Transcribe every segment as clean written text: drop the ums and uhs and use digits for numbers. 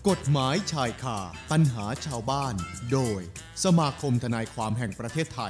กฎหมายชายคาปัญหาชาวบ้านโดยสมาคมทนายความแห่งประเทศไทย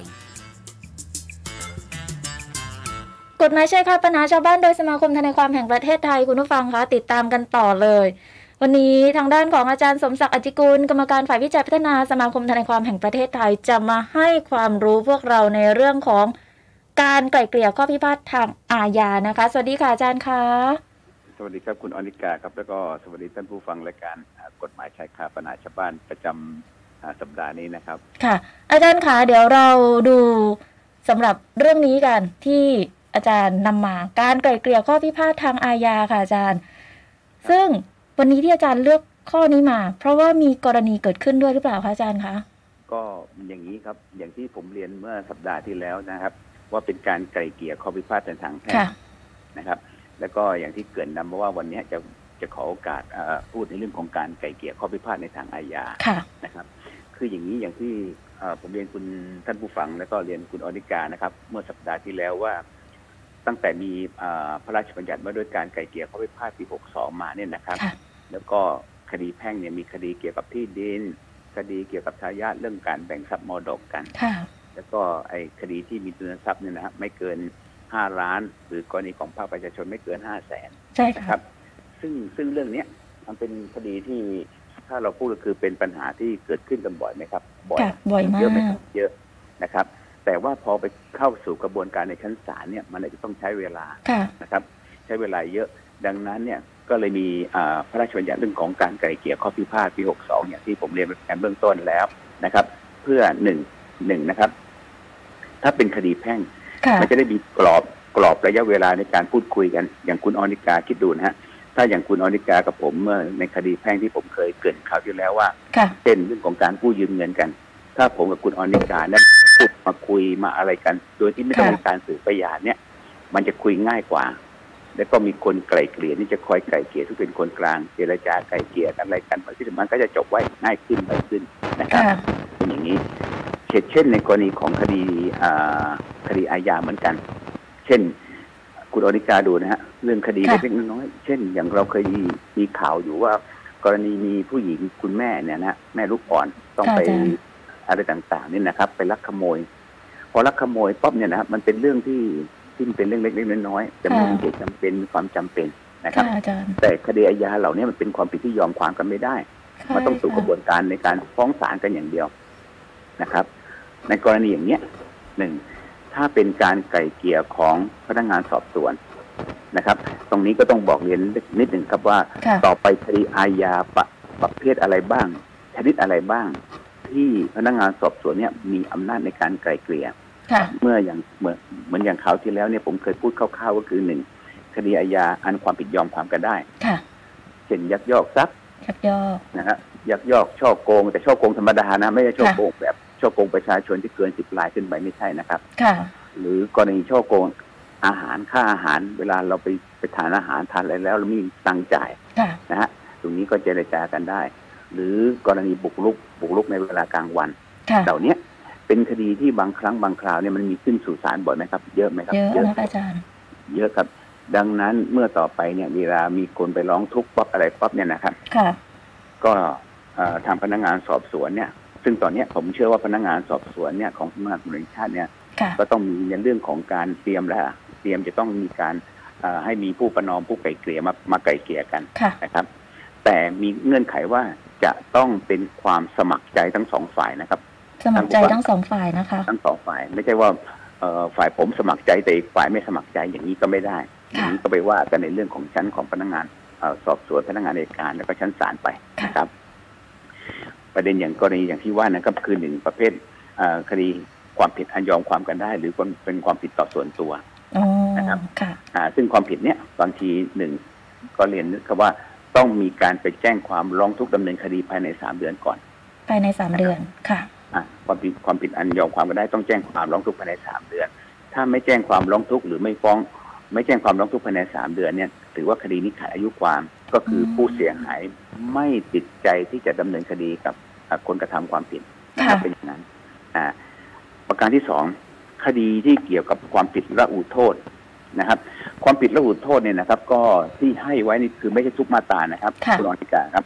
กฎหมายชายคาปัญหาชาวบ้านโดยสมาคมทนายความแห่งประเทศไทยคุณผู้ฟังคะติดตามกันต่อเลยวันนี้ทางด้านของอาจารย์สมศักดิ์ อจจิกุลกรรมการฝ่ายวิจัยพัฒนาสมาคมทนายความแห่งประเทศไทยจะมาให้ความรู้พวกเราในเรื่องของการไกล่เกลี่ยข้อพิพาททางอาญานะคะสวัสดีค่ะอาจารย์คะสวัสดีครับคุณอนิกาครับแล้วก็สวัสดีท่านผู้ฟังรายการกฎหมายชายคาปัญหาชาวบ้านประจำสัปดาห์นี้นะครับค่ะอาจารย์คะเดี๋ยวเราดูสำหรับเรื่องนี้กันที่อาจารย์นำมาการไกล่เกลี่ยข้อพิพาททางอาญาค่ะอาจารย์ซึ่งวันนี้ที่อาจารย์เลือกข้อนี้มาเพราะว่ามีกรณีเกิดขึ้นด้วยหรือเปล่าคะอาจารย์คะก็อย่างนี้ครับอย่างที่ผมเรียนเมื่อสัปดาห์ที่แล้วนะครับว่าเป็นการไกล่เกลี่ยข้อพิพาททางแพ่งนะครับแล้วก็อย่างที่เกริ่นนำมาว่าวันนี้จะขอโอกาสพูดในเรื่องของการไกล่เกลี่ยข้อพิพาทในทางอาญานะครับคืออย่างนี้อย่างที่ผมเรียนคุณท่านผู้ฟังแล้วก็เรียนคุณอนิกานะครับเมื่อสัปดาห์ที่แล้วว่าตั้งแต่มีพระราชบัญญัติว่าด้วยการไกล่เกลี่ยข้อพิพาทปี 62 มาเนี่ยนะครับแล้วก็คดีแพ่งเนี่ยมีคดีเกี่ยวกับที่ดินคดีเกี่ยวกับทายาทเรื่องการแบ่งทรัพย์มรดกกันแล้วก็ไอ้คดีที่มีทุนทรัพย์เนี่ยนะครับไม่เกิน5 ล้านหรือกรณีของภาคประชาชนไม่เกิน500,000นะครับซึ่งเรื่องนี้มันเป็นคดีที่ถ้าเราพูดก็คือเป็นปัญหาที่เกิดขึ้นกันบ่อยไหมครับบ่อยมากเยอะไหมครับเยอะนะครับแต่ว่าพอไปเข้าสู่กระบวนการในชั้นศาลเนี่ยมันจะต้องใช้เวลานะครับใช้เวลาเยอะดังนั้นเนี่ยก็เลยมีพระราชบัญญัติเรื่องของการไกล่เกลี่ยข้อพิพาทปี 62เนี่ยที่ผมเรียนไปเบื้องต้นแล้วนะครับเพื่อหนึ่งนะครับถ้าเป็นคดีแพ่งมันจะได้มีกรอบระยะเวลาในการพูดคุยกันอย่างคุณอนิกาคิดดูนะฮะถ้าอย่างคุณอนิกากับผมเมื่อในคดีแพ่งที่ผมเคยเกริ่นข่าวที่แล้วว่าเป็นเรื่องของการกู้ยืมเงินกันถ้าผมกับคุณอนิกาเนี่ยพูดมาคุยมาอะไรกันโดยที่ไม่ต้องมีการสืบพยานเนี่ยมันจะคุยง่ายกว่าแล้วก็มีคนไกล่เกลี่ยนี่จะคอยไกล่เกลี่ยที่เป็นคนกลางเจรจาไกล่เกลี่ยอะไรกันมันก็จะจบไว้ง่ายขึ้นไปขึ้นนะครับเป็นอย่างนี้เช่นในกรณีของคดีอาญาเหมือนกันเช่นคุณอนิกาดูนะฮะเรื่องคดีเล็กๆน้อยๆเช่นอย่างเราเคยมีข่าวอยู่ว่ากรณีมีผู้หญิงคุณแม่เนี่ยนะแม่ลูกอ่อนต้องไปอะไรต่างๆนี่นะครับไปลักขโมยพอลักขโมยป๊อบเนี่ยนะครับมันเป็นเรื่องที่เป็นเรื่องเล็กๆน้อยๆแต่มันมีเหตุจำเป็นมีความจำเป็นนะครับแต่คดีอาญาเหล่านี้มันเป็นความผิดที่ยอมความกันไม่ได้มันต้องสู่กระบวนการในการฟ้องศาลกันอย่างเดียวนะครับในกรณีอย่างเนี้ยหนึ่งถ้าเป็นการไกล่เกลี่ยของพนักงานสอบสวนนะครับตรงนี้ก็ต้องบอกเรียนนิดหนึ่งครับว่าต่อไปคดีอาญาประเภทอะไรบ้างชนิดอะไรบ้างที่พนักงานสอบสวนเนี่ยมีอำนาจในการไกล่เกลี่ยเมื่ออย่างเหมือนอย่างคราวที่แล้วเนี่ยผมเคยพูดคร่าวๆก็คือหนึ่งคดีอาญาอันความผิดยอมความกันได้เช่นยักยอกทรัพย์นะฮะยักยอกช่อโกงแต่ช่อโกงธรรมดานะไม่ใช่ช่อโกงแบบช่อโกงประชาชนที่เกิน10 รายขึ้นไปไม่ใช่นะครับหรือกรณีช่อโกงอาหารค่าอาหารเวลาเราไปทานอาหารทานอะไรแล้วเรามีตังค์จ่ายนะฮะตรงนี้ก็เจรจากันได้หรือกรณีบุกรุกในเวลากลางวันเหล่านี้เป็นคดีที่บางครั้งบางคราวเนี่ยมันมีขึ้นสู่ศาลบ่อยไหมครับเยอะไหมครับเยอะนะอาจารย์เยอะครับดังนั้นเมื่อต่อไปเนี่ยเวลามีคนไปร้องทุกข์ป๊อบอะไรป๊อบเนี่ยนะครับก็ทางพนักงานสอบสวนเนี่ยซึ่งตอนนี้ผมเชื่อว่าพนักงานสอบสวนเนี่ยของสำนักงานตำรวจแห่งชาติเนี่ยก็ต้องมีในเรื่องของการเตรียมจะต้องมีการให้มีผู้ประนอมผู้ไกล่เกลี่ยมาไกล่เกลี่ยกันนะครับแต่มีเงื่อนไขว่าจะต้องเป็นความสมัครใจทั้งสองฝ่ายนะครับสมัครใจทั้งสองฝ่ายนะคะทั้งสองฝ่ายไม่ใช่ว่าฝ่ายผมสมัครใจแต่อีกฝ่ายไม่สมัครใจอย่างนี้ก็ไม่ได้อย่างนี้ก็ไปว่ากันในเรื่องของชั้นของพนักงานสอบสวนพนักงานอัยการแล้วก็ชั้นศาลไปนะครับประเด็นอย่างกรณีอย่างที่ว่านะครับคือหนึ่งประเภทคดีความผิดอันยอมความกันได้หรือเป็นความผิดต่อส่วนตัวนะครับซึ่งความผิดเนี้ยบางทีหนึ่งก็เรียนครับว่าต้องมีการไปแจ้งความร้องทุกข์ดำเนินคดีภายใน3 เดือนก่อนภายใน3 เดือนค่ะความผิดอันยอมความกันได้ต้องแจ้งความร้องทุกข์ภายใน3 เดือนถ้าไม่แจ้งความร้องทุกข์หรือไม่ฟ้องไม่แจ้งความร้องทุกข์ภายใน3 เดือนเนี่ยถือว่าคดีนี้ขาดอายุความก็คือผู้เสียหายไม่ติดใจที่จะดำเนินคดีกับคนกระทำความผิดเป็นอย่างนั้นประการที่2คดีที่เกี่ยวกับความผิดละหุโทษนะครับความผิดละหุโทษเนี่ยนะครับก็ที่ให้ไว้นี่คือไม่ใช่ทุกมาตรานะครับคุณอนิกาครับ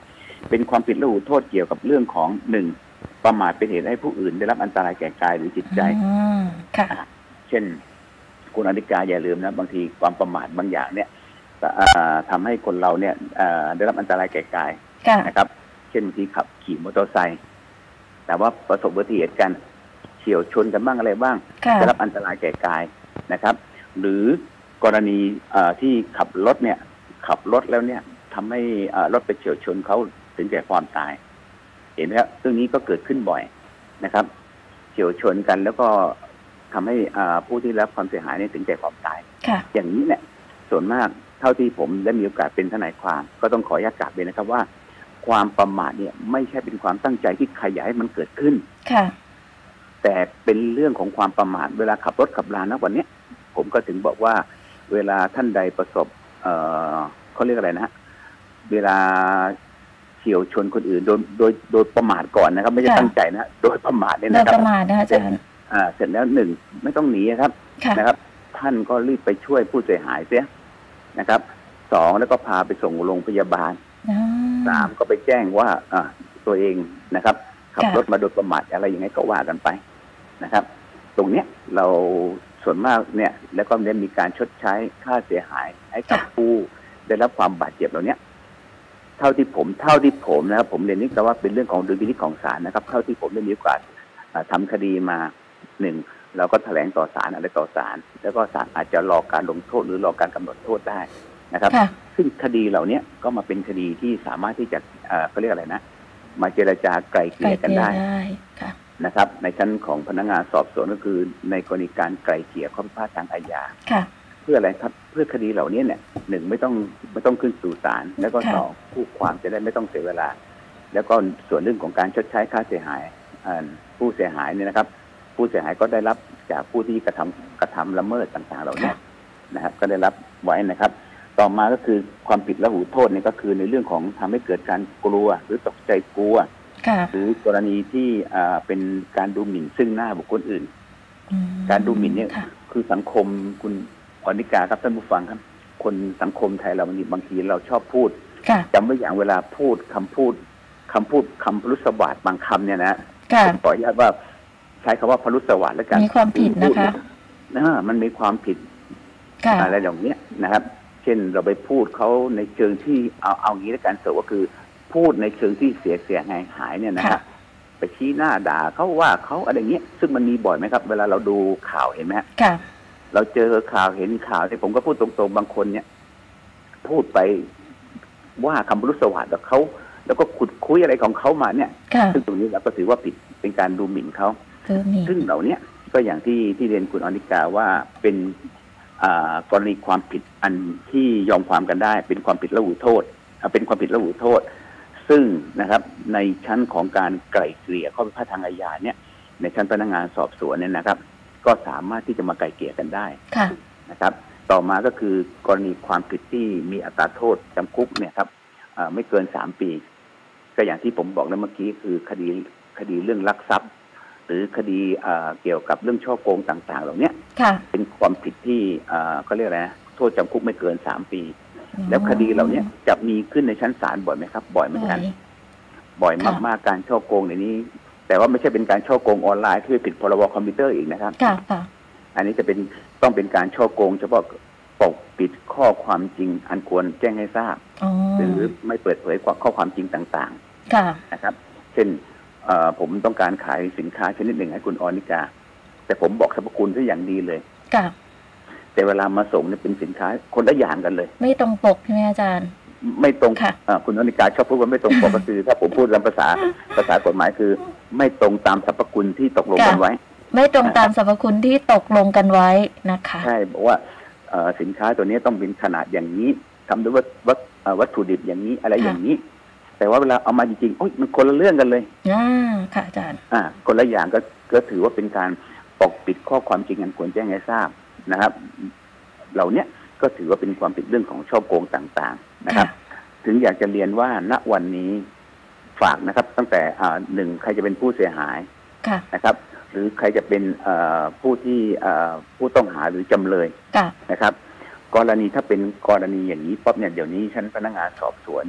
เป็นความผิดระหูโทษเกี่ยวกับเรื่องของหนึ่งประมาทเป็นเหตุให้ผู้อื่นได้รับอันตรายแก่กายหรือจิตใจค่ะเช่นคุณอธิกาอย่าลืมนะบางทีความประมาทบางอย่างเนี่ยทำให้คนเราเนี่ยได้รับอันตรายแก่กายนะครับเช่นบางทีขับขี่มอเตอร์ไซค์แต่ว่าประสบอุบัติเหตุกันเฉี่ยวชนกันบ้างอะไรบ้างได้รับอันตรายแก่กายนะครับหรือกรณีที่ขับรถแล้วเนี่ยทำให้รถไปเฉี่ยวชนเขาถึงแก่ความตายเห็นไหมครับเรื่องนี้ก็เกิดขึ้นบ่อยนะครับเฉี่ยวชนกันแล้วก็ทำให้ผู้ที่รับความเสียหายเนี่ยถึงแก่ความตายอย่างนี้เนี่ยส่วนมากเท่าที่ผมได้มีโอกาสเป็นทนายความก็ต้องขออนุญาตกราบเลยนะครับว่าความประมาทเนี่ยไม่ใช่เป็นความตั้งใจที่ใครอยากให้มันเกิดขึ้นแต่เป็นเรื่องของความประมาทเวลาขับรถขับรานะวันนี้ผมก็ถึงบอกว่าเวลาท่านใดประสบเขาเรียกอะไรนะฮะเวลาเฉี่ยวชนคนอื่นโดยประมาทก่อนนะครับไม่ใช่ตั้งใจนะโดยประมาทเนี่ยนะครับประมาทนะอาจารย์เสร็จแล้วหนึ่งไม่ต้องหนีนะครับท่านก็รีบไปช่วยผู้เสียหายเสียนะครับสองแล้วก็พาไปส่งโรงพยาบาลสามก็ไปแจ้งว่าตัวเองนะครับขับรถมาโดยประมาทอะไรอย่างไงก็ว่ากันไปนะครับตรงเนี้ยเราส่วนมากเนี่ยแล้วก็ได้มีการชดใช้ค่าเสียหายให้กับผู้ได้รับความบาดเจ็บเหล่านี้เท่าที่ผมนะครับผมเรียนนี้ก็ว่าเป็นเรื่องของดุลพินิจของศาลนะครับเท่าที่ผมได้มีโอกาสทำคดีมาหนึ่งเราก็แถลงต่อศาลอะไรต่อศาลแล้วก็ศาลอาจจะรอการลงโทษหรือรอการกำหนดโทษได้นะครับซึ่งคดีเหล่านี้ก็มาเป็นคดีที่สามารถที่จะเขาเรียกอะไรนะมาเจรจาไกล่เกลี่ยกันได้นะครับในชั้นของพนักงานสอบสวนก็คือในกรณีการไกล่เกลี่ยข้อพิพาททางอาญาเพื่ออะไรครับเพื่อคดีเหล่านี้เนี่ยหนึ่งไม่ต้องขึ้นสู่ศาลแล้วก็สองผู้ความจะได้ไม่ต้องเสียเวลาแล้วก็ส่วนเรื่องของการชดใช้ค่าเสียหายผู้เสียหายเนี่ยนะครับผู้เสียหายก็ได้รับจากผู้ที่กระทำละเมิดต่างๆเหล่านี้นะครับก็ได้รับไว้นะครับต่อมาก็คือความผิดละหูโทษเนี่ยก็คือในเรื่องของทำให้เกิดการกลัวหรือตกใจกลัวหรือกรณีที่เป็นการดูหมิ่นซึ่งหน้าบุคคลอื่นการดูหมิ่นเนี่ยคือสังคมคุณอนิกาครับท่านผู้ฟังครับคนสังคมไทยเราบางทีเราชอบพูดจำไว้อย่างเวลาพูดคำพรุษวาทบางคำเนี่ยนะขออนุญาตว่าใช้คำว่าพรุษวาทแล้วกันมีความผิดนะคะมันมีความผิดอะไรอย่างนี้นะครับเช่นเราไปพูดเขาในเชิงที่เอางี้แล้วกันเสก็คือพูดในเชิงที่เสียหายเนี่ยนะครับไปชี้หน้าด่าเขาว่าเขาอะไรเงี้ยซึ่งมันมีบ่อยไหมครับเวลาเราดูข่าวเห็นไหมเราเจอข่าวเห็นข่าวที่ผมก็พูดตรงๆบางคนเนี่ยพูดไปว่าคำพรุษวาทกับเขาแล้วก็ขุดคุยอะไรของเขามาเนี่ยซึ่งตรงนี้เราก็ถือว่าผิดเป็นการดูหมิ่นเขาซึ่งเหล่านี้ก็อย่างที่เรียนคุณอนิกาว่าเป็นกรณีความผิดอันที่ยอมความกันได้เป็นความผิดละหูโทษเป็นความผิดละหูโทษซึ่งนะครับในชั้นของการไกล่เกลี่ยข้อพิพาททางอาญาเนี่ยในชั้นพนักงานสอบสวนเนี่ยนะครับก็สามารถที่จะมาไกล่เกลี่ยกันได้นะครับต่อมาก็คือกรณีความผิดที่มีอัตราโทษจำคุกเนี่ยครับไม่เกิน3 ปีก็อย่างที่ผมบอกแล้วเมื่อกี้คือคดีเรื่องลักทรัพย์หรือคดีเกี่ยวกับเรื่องช่อโกงต่างๆเหล่านี้เป็นความผิดที่เขาเรียกอะไรนะโทษจำคุกไม่เกิน3 ปีแล้วคดีเหล่านี้จะมีขึ้นในชั้นศาลบ่อยไหมครับบ่อยเหมือนกันบ่อยมากๆการช่อโกงในนี้แต่ว่าไม่ใช่เป็นการช่อโกงออนไลน์ที่ผิดพรบคอมพิวเตอร์อีกนะครับอันนี้จะต้องเป็นการช่อโกงเฉพาะปกปิดข้อความจริงอันควรแจ้งให้ทราบหรือไม่เปิดเผยข้อความจริงต่างๆนะครับเช่นผมต้องการขายสินค้าชนิดหนึ่งให้คุณอนิกาแต่ผมบอกสรรพคุณที่อย่างดีเลยแต่เวลามาส่งเนี่ยเป็นสินค้าคนละอย่างกันเลยไม่ตรงปกใช่ไหมอาจารย์ไม่ตรงคุณอนิกาชอบพูดว่าไม่ตรงปกก็คือถ้าผมพูดตามภาษากฎหมายคือไม่ตรงตามสรรพคุณที่ตกลงกันไว้ไม่ตรงตามสรรพคุณที่ตกลงกันไว้นะคะใช่บอกว่าสินค้าตัวนี้ต้องเป็นขนาดอย่างนี้ทำด้วยวัตถุดิบอย่างนี้อะไรอย่างนี้แต่ว่าเวลาเอามาจริงๆโอ๊ยมันคนละเรื่องกันเลยค่ะอาจารย์คนละอย่างก็ถือว่าเป็นการปกปิดข้อความจริงอันควรแจ้งให้ทราบนะครับเหล่านี้ก็ถือว่าเป็นความผิดเรื่องของช่อโกงต่างๆนะครับถึงอยากจะเรียนว่าณวันนี้ฝากนะครับตั้งแต่หนึ่งใครจะเป็นผู้เสียหายนะครับหรือใครจะเป็นผู้ที่ผู้ต้องหาหรือจำเลยนะครับกรณีถ้าเป็นกรณีอย่างนี้ป๊อบเนี่ยเดี๋ยวนี้ชั้นพนักงานสอบสวนเนี่ย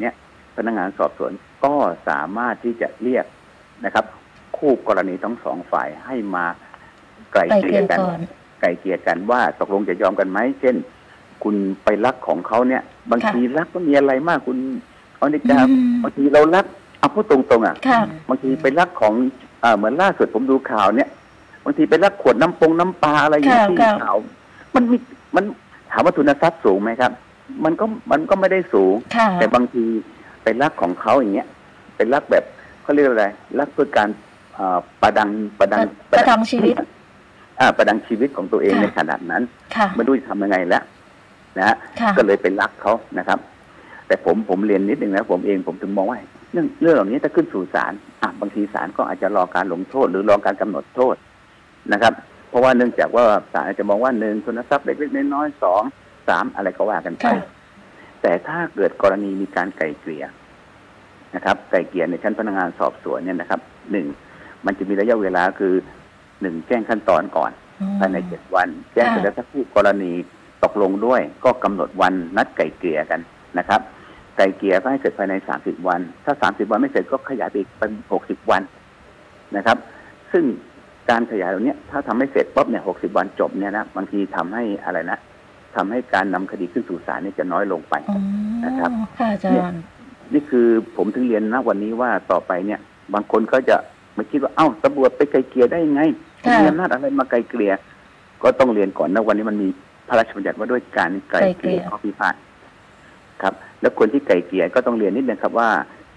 พนักงานสอบสวนก็สามารถที่จะเรียกนะครับคู่กรณีทั้งสองฝ่ายให้มาไกล่เกลี่ยกันว่าตกลงจะยอมกันไหมเช่นคุณไปรักของเขาเนี่ยบางทีรักก็มีอะไรมากคุณอนิกาบางทีเรารักเอาพูดตรงๆอ่ะบางทีไปรักของเหมือนล่าสุดผมดูข่าวเนี่ยบางทีไปรักขวดน้ำปลาอะไรอย่างที่ข่าวมันถามว่าทุนทรัพย์สูงไหมครับมันก็ไม่ได้สูงแต่บางทีไปรักของเขาอย่างเงี้ยไปรักแบบเขาเรียกอะไรรักเพื่อการประดังชีวิตประดังชีวิตของตัวเองในขนาดนั้นไม่รู้จะทำยังไงแล้วนะฮะก็เลยไปรักเขานะครับแต่ผมเรียนนิดนึงนะผมถึงมองว่าเรื่องเหล่านี้ถ้าขึ้นสู่ศาลบางทีศาลก็อาจจะรอการลงโทษหรือรอการกำหนดโทษนะครับเพราะว่าเนื่องจากว่าศาลอาจจะมองว่า1ทุนทรัพย์เล็กๆน้อยๆ2 3อะไรก็ว่ากันไปแต่ถ้าเกิดกรณีมีการไกล่เกลี่ยนะครับไกล่เกลี่ยในชั้นพนักงานสอบสวนเนี่ยนะครับ1มันจะมีระยะเวลาคือ1แจ้งขั้นตอนก่อนภายใน7 วันแจ้งเสร็จแล้วถ้าคู่กรณีตกลงด้วยก็กำหนดวันนัดไกล่เกลี่ยกันนะครับไกล่เกลี่ยก็ให้เสร็จภายใน30 วันถ้า30 วันไม่เสร็จก็ขยายไปอีกเป็น60 วันนะครับซึ่งการขยายตรงนี้ถ้าทำให้เสร็จปุ๊บเนี่ย60 วันจบเนี่ยนะบางทีทำให้อะไรนะทำให้การนำคดีขึ้นสู่ศาลเนี่ยจะน้อยลงไปนะครับนี่คือผมถึงเรียนนะวันนี้ว่าต่อไปเนี่ยบางคนก็จะมาคิดว่าตำรวจไปไกลเกลี่ยได้ยังไงมีอำนาจอะไรมาไกลเกลี่ยก็ต้องเรียนก่อนนะวันนี้มันมีพระราชบัญญัติว่าด้วยการไกลเกลี่ยข้อพิพาทครับแล้วคนที่ไกลเกลี่ยก็ต้องเรียนนิดนึงครับว่า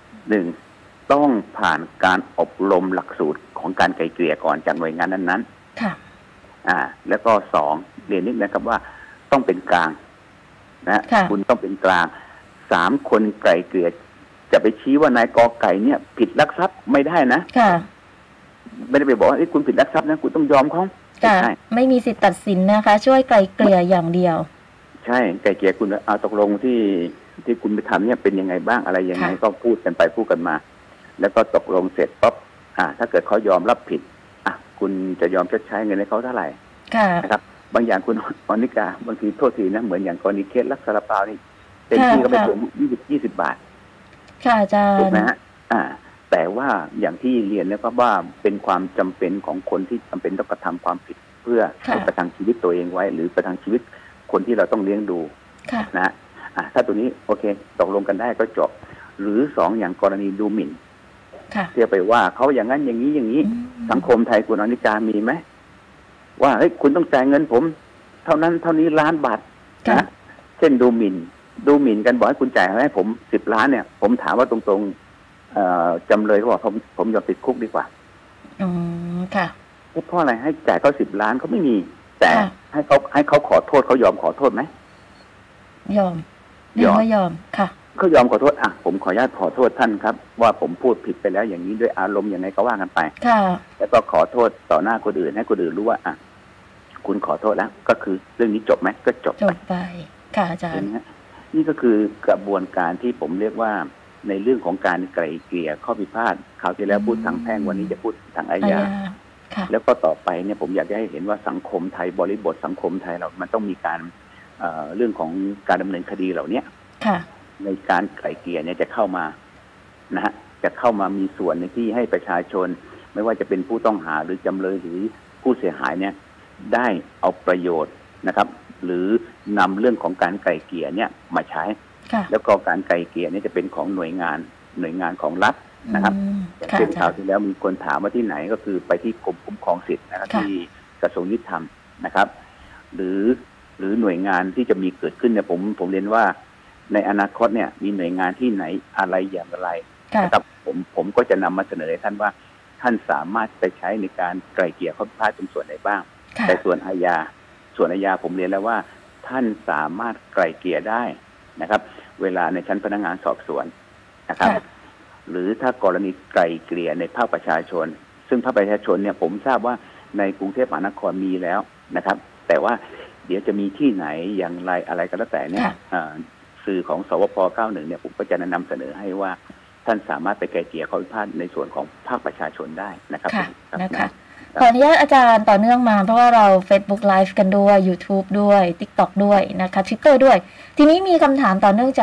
1ต้องผ่านการอบรมหลักสูตรของการไกลเกลี่ยก่อนจากหน่วยงานนั้นๆค่ะแล้วก็2เรียนนิดนะครับว่าต้องเป็นกลางนะคุณต้องเป็นกลาง3คนไกลเกลี่ยจะไปชี้ว่านายกอไก่เนี่ยผิดลักทรัพย์ไม่ได้นะไม่ได้ไปบอกว่าคุณผิดลักทรัพย์นะคุณต้องยอมเขาไม่มีสิทธิ์ตัดสินนะคะช่วยไกลเกลี่ยอย่างเดียวใช่ไกลเกลี่ยคุณเอาตกลงที่คุณไปทำเนี่ยเป็นยังไงบ้างอะไรยังไงก็พูดกันไปพูดกันมาแล้วก็ตกลงเสร็จปั๊บถ้าเกิดเขายอมรับผิดคุณจะยอมชดใช้เงินให้เขาเท่าไหร่นะครับบางอย่างคุณอนิกาบางทีโทษทีนะเหมือนอย่างกรณีเคสลักซาลาเปานี่เต็มที่ก็ไม่ถึง20 บาทค่ะอาจารย์ถูกไหมฮะแต่ว่าอย่างที่เรียนแล้วก็ว่าเป็นความจำเป็นของคนที่จำเป็นต้องกระทำความผิดเพื่อประทังชีวิตตัวเองไว้หรือประทังชีวิตคนที่เราต้องเลี้ยงดูนะถ้าตัวนี้โอเคตกลงกันได้ก็จบหรือ2อย่างกรณีดูหมิ่นเทียบไปว่าเขาอย่างนั้นอย่างนี้สังคมไทยคุณอนิกามีไหมว่าเฮ้ยคุณต้องจ่ายเงินผมเท่านั้นเท่านี้ล้านบาทนะเช่นดูหมิ่นกันบอกให้คุณจ่ายให้ผม10 ล้านเนี่ยผมถามว่าตรงๆจำเลยเขาบอกผมยอมติดคุกดีกว่าค่ะเพราะอะไรให้จ่ายเขา10 ล้านเขาไม่มีแต่ให้เขาขอโทษเขายอมขอโทษไหมยอมค่ะเขายอมขอโทษผมขออนุญาตขอโทษท่านครับว่าผมพูดผิดไปแล้วอย่างนี้ด้วยอารมณ์อย่างไรก็ว่ากันไปแล้วก็ขอโทษต่อหน้าคนอื่นให้คนอื่นรู้ว่าคุณขอโทษแล้วก็คือเรื่องนี้จบไหมก็จบไปค่ะอาจารย์นี่ก็คือกระบวนการที่ผมเรียกว่าในเรื่องของการไกล่เกลี่ยข้อพิพาทคราวที่แล้วพูดทางแพ่งวันนี้จะพูดทางอาญาแล้วก็ต่อไปเนี่ยผมอยากให้เห็นว่าสังคมไทยบริบทสังคมไทยเรามันต้องมีการเรื่องของการดำเนินคดีเหล่านี้ในการไกล่เกลี่ยเนี่ยจะเข้ามานะฮะจะเข้ามามีส่วนในที่ให้ประชาชนไม่ว่าจะเป็นผู้ต้องหาหรือจำเลยหรือผู้เสียหายเนี่ยได้เอาประโยชน์นะครับหรือนำเรื่องของการไกล่เกลี่ยเนี่ยมาใช้แล้วก็การไกล่เกลี่ยเนี่ยจะเป็นของหน่วยงานของรัฐนะครับเช่นข่าวที่แล้วมีคนถามว่าที่ไหนก็คือไปที่กรมคุ้มครองสิทธิ์นะครับที่กระทรวงยุติธรรมนะครับหรือหน่วยงานที่จะมีเกิดขึ้นเนี่ยผมเรียนว่าในอนาคตเนี่ยมีหน่วยงานที่ไหนอะไรอย่างไรนะครับผมก็จะนำมาเสนอให้ท่านว่าท่านสามารถไปใช้ในการไกล่เกลี่ยข้อพิพาทเป็นส่วนไหนบ้างแต่ส่วนอาญาผมเรียนแล้วว่าท่านสามารถไกล่เกลี่ยได้นะครับเวลาในชั้นพนักงานสอบสวนนะครับหรือถ้ากรณีไกล่เกลี่ยในภาคประชาชนซึ่งภาคประชาชนเนี่ยผมทราบว่าในกรุงเทพมหานครมีแล้วนะครับแต่ว่าเดี๋ยวจะมีที่ไหนอย่างไรอะไรก็แล้วแต่เนี่ยสื่อของสวพ91เนี่ยผมก็จะแนะนำเสนอให้ว่าท่านสามารถไปไกล่เกลี่ยข้อพิพาทในส่วนของภาคประชาชนได้นะครับนะคะขออนุญาตอาจารย์ต่อเนื่องมาเพราะว่าเรา Facebook Live กันด้วย YouTube ด้วย TikTok ด้วยนะคะ Twitter ด้วยทีนี้มีคำถามต่อเนื่องจาก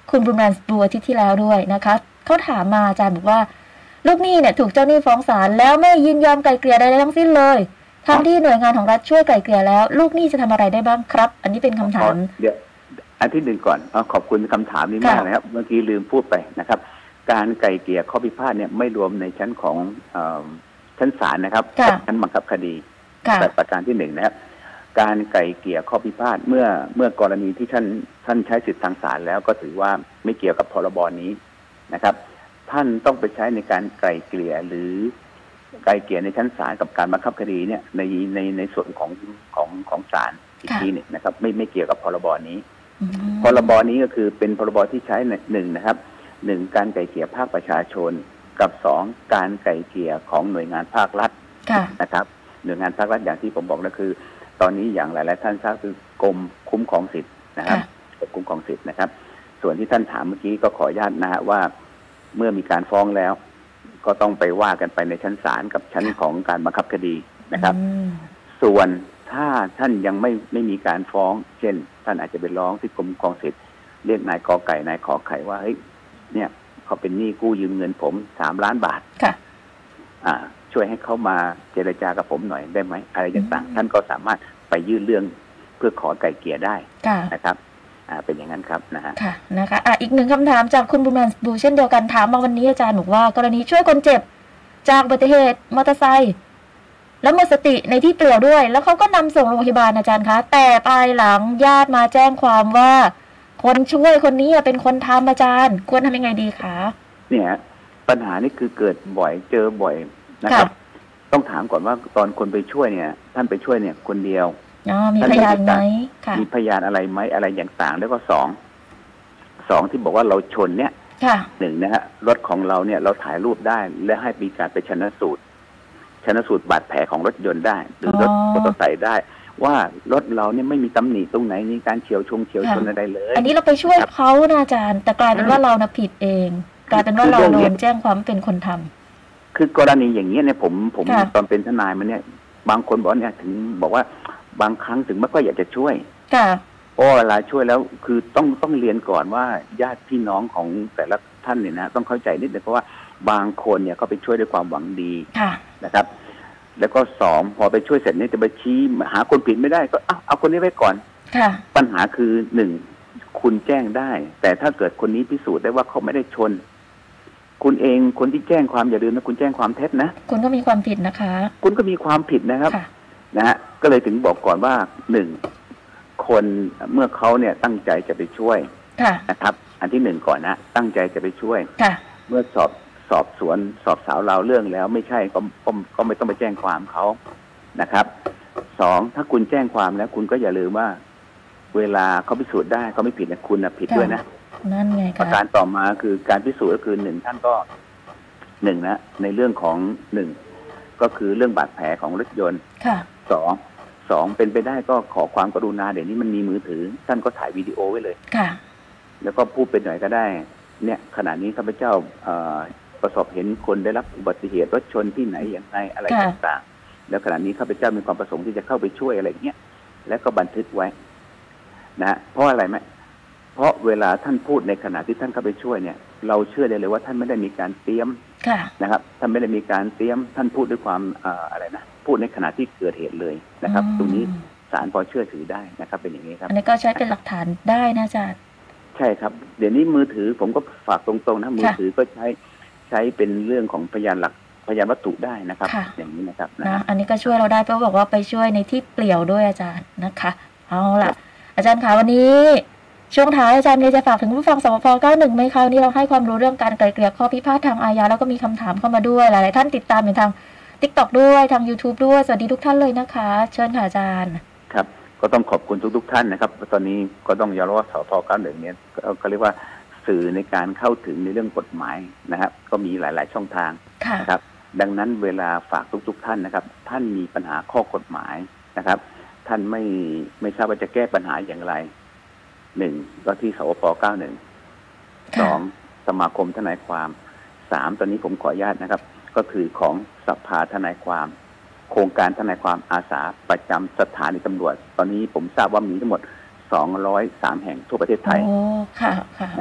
คุณบุญรันบูอาทิตย์ที่แล้วด้วยนะคะเขาถามมาอาจารย์บอกว่าลูกหนี้เนี่ยถูกเจ้าหนี้ฟ้องศาลแล้วไม่ยินยอมไกล่เกลี่ยใดๆทั้งสิ้นเลยทั้งที่หน่วยงานของรัฐช่วยไกล่เกลี่ยแล้วลูกหนี้จะทำอะไรได้บ้างครับอันนี้เป็นคำถามเดี๋ยวอันที่หนึ่งก่อนขอบคุณคำถามนี้มากนะครับเมื่อกี้ลืมพูดไปนะครับการไกล่เกลี่ยข้อพิพาทเนี่ยไม่รวมในชั้นของชั้นศาลนะครับชั้นบังคับคดีแต่ประการที่หนึ่งนะครับการไกล่เกลี่ยข้อพิพาทเมื่อกรณีที่ท่านใช้สิทธิทางศาลแล้วก็ถือว่าไม่เกี่ยวกับพรบนี้นะครับท่านต้องไปใช้ในการไกล่เกลี่ยหรือไกล่เกลี่ยในชั้นศาลกับการบังคับคดีเนี่ยในส่วนของศาลอีกทีหนึ่งนะครับไม่เกี่ยวกับพรบนี้พรบนี้ก็คือเป็นพรบที่ใช้หนึ่งนะครับหนึ่งการไกล่เกลี่ยภาคประชาชนกับสองการไกล่เกลี่ยของหน่วยงานภาครัฐนะครับหน่วยงานภาครัฐอย่างที่ผมบอกก็คือตอนนี้อย่างหลายๆท่านทราบคือกรมคุ้มครองสิทธิ์นะครับคุ้มครองสิทธิ์นะครับส่วนที่ท่านถามเมื่อกี้ก็ขออนุญาตนะฮะว่าเมื่อมีการฟ้องแล้วก็ต้องไปว่ากันไปในชั้นศาลกับชั้นของการบังคับคดีนะครับส่วนถ้าท่านยังไม่มีการฟ้องเช่นท่านอาจจะไปร้องที่กรมคุ้มครองสิทธิ์เรียกนายกอไก่นายขอไข่ว่าเฮ้ยเนี่ยเขาเป็นหนี้กู้ยืมเงินผม3 ล้านบาทช่วยให้เขามาเจรจากับผมหน่อยได้ไหมอะไรต่างๆท่านก็สามารถไปยื่นเรื่องเพื่อขอไกล่เกลี่ยได้นะครับเป็นอย่างนั้นครับนะฮะค่ะนะคะอีกหนึ่งคำถามจากคุณบุญรันบูเช่นเดียวกันถามมาวันนี้อาจารย์บอกว่ากรณีช่วยคนเจ็บจากอุบัติเหตุมอเตอร์ไซค์แล้วหมดสติในที่เปลี่ยวด้วยแล้วเขาก็นำส่งโรงพยาบาลอาจารย์คะแต่ภายหลังญาติมาแจ้งความว่าคนช่วยคนนี้เป็นคนทำอาจารย์ควรทำยังไงดีคะเนี่ยปัญหานี่คือเกิดบ่อยเจอบ่อยนะครับต้องถามก่อนว่าตอนคนไปช่วยเนี่ยท่านไปช่วยเนี่ยคนเดียวมีพยานไหมมีพยานอะไรไหมอะไรอย่างต่างแล้วก็สองที่บอกว่าเราชนเนี่ยหนึ่งนะฮะรถของเราเนี่ยเราถ่ายรูปได้และให้มีการไปชันสูตรบาดแผลของรถยนต์ได้หรือรถมอเตอร์ไซค์ได้ว่ารถเราเนี่ยไม่มีตำหนิตรงไหนมีการเฉียวชนอะไรเลยอันนี้เราไปช่วยเขานะอาจารย์แต่กลายเป็นว่าเราผิดเองกลายเป็นว่าเราโดนแจ้งความเป็นคนทำคือกรณีอย่างเงี้ยเนี่ยผมตอนเป็นทนายมันเนี่ยบางคนบอกเนี่ยถึงบอกว่าบางครั้งถึงไม่ค่อยอยากจะช่วยเพราะเวลาช่วยแล้วคือต้องเรียนก่อนว่าญาติพี่น้องของแต่ละท่านเนี่ยนะต้องเข้าใจนิดนึงเพราะว่าบางคนเนี่ยเขาไปช่วยด้วยความหวังดีนะครับแล้วก็สองพอไปช่วยเสร็จเนี่ยจะไปชี้หาคนผิดไม่ได้ก็เอาคนนี้ไว้ก่อนปัญหาคือหนึ่งคุณแจ้งได้แต่ถ้าเกิดคนนี้พิสูจน์ได้ว่าเขาไม่ได้ชนคุณเองคนที่แจ้งความอย่าลืมนะคุณแจ้งความเท็จนะคุณก็มีความผิดนะคะคุณก็มีความผิดนะครับนะฮะก็เลยถึงบอกก่อนว่าหนึ่งคนเมื่อเขาเนี่ยตั้งใจจะไปช่วยนะครับอันที่หนึ่งก่อนนะตั้งใจจะไปช่วยเมื่อสอบสวนสอบสาวราวเรื่องแล้วไม่ใช่ก็ไม่ต้องไปแจ้งความเขานะครับสองถ้าคุณแจ้งความแล้วคุณก็อย่าลืมว่าเวลาเขาพิสูจน์ได้เขาไม่ผิดนะคุณผิดด้วยนะนั่นไงค่ะประการต่อมาคือการพิสูจน์ก็คือหนึ่งท่านก็หนึ่งนะในเรื่องของหนึ่งก็คือเรื่องบาดแผลของรถยนต์สองเป็นไปได้ก็ขอความกรุณาเดี๋ยวนี้มันมีมือถือท่านก็ถ่ายวิดีโอไว้เลยแล้วก็พูดเป็นหน่อยก็ได้เนี่ยขณะนี้ข้าพเจ้าประสบเห็นคนได้รับอุบัติเหตุรถชนที่ไหนอย่างไรอะไรต่างๆแล้วขณะนี้ข้าพเจ้ามีความประสงค์ที่จะเข้าไปช่วยอะไรเงี้ยแล้วก็บันทึกไว้นะเพราะอะไรไหมเพราะเวลาท่านพูดในขณะที่ท่านเข้าไปช่วยเนี่ยเราเชื่อได้เลยว่าท่านไม่ได้มีการเตรียมนะครับท่านไม่ได้มีการเตรียมท่านพูดด้วยความอะไรนะพูดในขณะที่เกิดเหตุเลยนะครับตรงนี้ศาลพอเชื่อถือได้นะครับเป็นอย่างนี้ครับอันนี้ก็ใช้เป็นหลักฐานได้นะอาจารย์ใช่ครับเดี๋ยวนี้มือถือผมก็ฝากตรงๆนะมือถือก็ใช้เป็นเรื่องของพยานวัตถุได้นะครับอย่างนี้นะครับนะอันนี้ก็ช่วยเราได้เพราะบอกว่าไปช่วยในที่เปลี่ยวด้วยอาจารย์นะคะเอาล่ะอาจารย์คะวันนี้ช่วงท้ายอาจารย์มีจะฝากถึงผู้ฟังสปป91ไหมคะนี่เราให้ความรู้เรื่องการไกล่เกลี่ยข้อพิพาททางอาญาแล้วก็มีคำถามเข้ามาด้วยหลายๆท่านติดตามอยู่ทาง TikTok ด้วยทาง YouTube ด้วยสวัสดีทุกท่านเลยนะคะเชิญค่ะอาจารย์ครับก็ต้องขอบคุณทุกท่านนะครับตอนนี้ก็ต้องยอมรับว่าสปป91เนี่ยก็เรียกว่าสื่อในการเข้าถึงในเรื่องกฎหมายนะครับก็มีหลายๆช่องทางนะครับดังนั้นเวลาฝากทุกท่านนะครับท่านมีปัญหาข้อกฎหมายนะครับท่านไม่ทราบว่าจะแก้ปัญหาอย่างไรหนึ่งก็ที่สปป91สองสมาคมทนายความสามตอนนี้ผมขออนุญาตนะครับก็คือของสภาทนายความโครงการทนายความอาสาประจำสถานีตำรวจตอนนี้ผมทราบว่ามีทั้งหมด203แห่งทั่วประเทศไทยนะครับ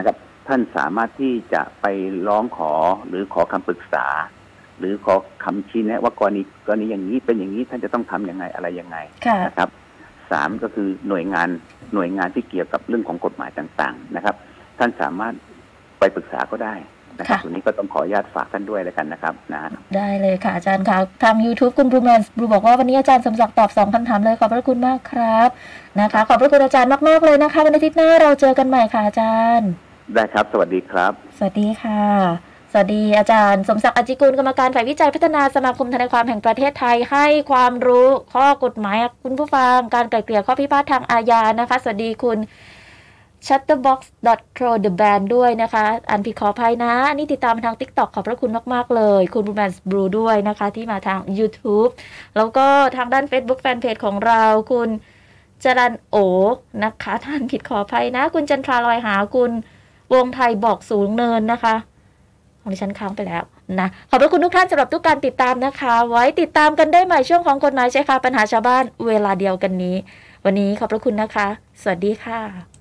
ท่านสามารถที่จะไปร้องขอหรือขอคำปรึกษา หรือขอคำชี้แนะว่ากรณีอย่างนี้เป็นอย่างนี้ท่านจะต้องทำยังไงอะไรยังไงนะครับ3ก็คือหน่วยงานที่เกี่ยวกับเรื่องของกฎหมายต่างๆนะครับท่านสามารถไปปรึกษาก็ได้นะครับวันนี้ก็ต้องขออนุญาตฝากท่านด้วยแล้วกันนะครับได้เลยค่ะอาจารย์ค่ะทาง YouTube คุณบรูแมนบรูบอกว่าวันนี้อาจารย์สมศักดิ์ตอบ2คำถามเลยขอบพระคุณมากครับนะคะขอบพระคุณอาจารย์มากๆเลยนะคะวันอาทิตย์หน้าเราเจอกันใหม่ค่ะอาจารย์ได้ครับสวัสดีครับสวัสดีค่ะสวัสดีอาจารย์สมศักดิ์อจจิกุลกรรมการฝ่ายวิจัยพัฒนาสมาคมทนายความแห่งประเทศไทยให้ความรู้ข้อกฎหมายคุณผู้ฟังการไกล่เกลี่ยข้อพิพาททางอาญานะคะสวัสดีคุณ Shutterbox.co.the band ด้วยนะคะอันผิดขออภัยนะนี่ติดตามทาง TikTok ขอบพระคุณมากๆเลยคุณบูแมนบรูด้วยนะคะที่มาทาง YouTube แล้วก็ทางด้าน Facebook Fanpage ของเราคุณจรัญโอนะคะท่านผิดขออภัยนะคุณจันทราลอยหาคุณวงไทยบอกสูงเนินนะคะของดิฉันค้างไปแล้วนะขอบพระคุณทุกท่านสำหรับทุกการติดตามนะคะไว้ติดตามกันได้ใหม่ช่วงของกฎหมายชายคาปัญหาชาวบ้านเวลาเดียวกันนี้วันนี้ขอบพระคุณนะคะสวัสดีค่ะ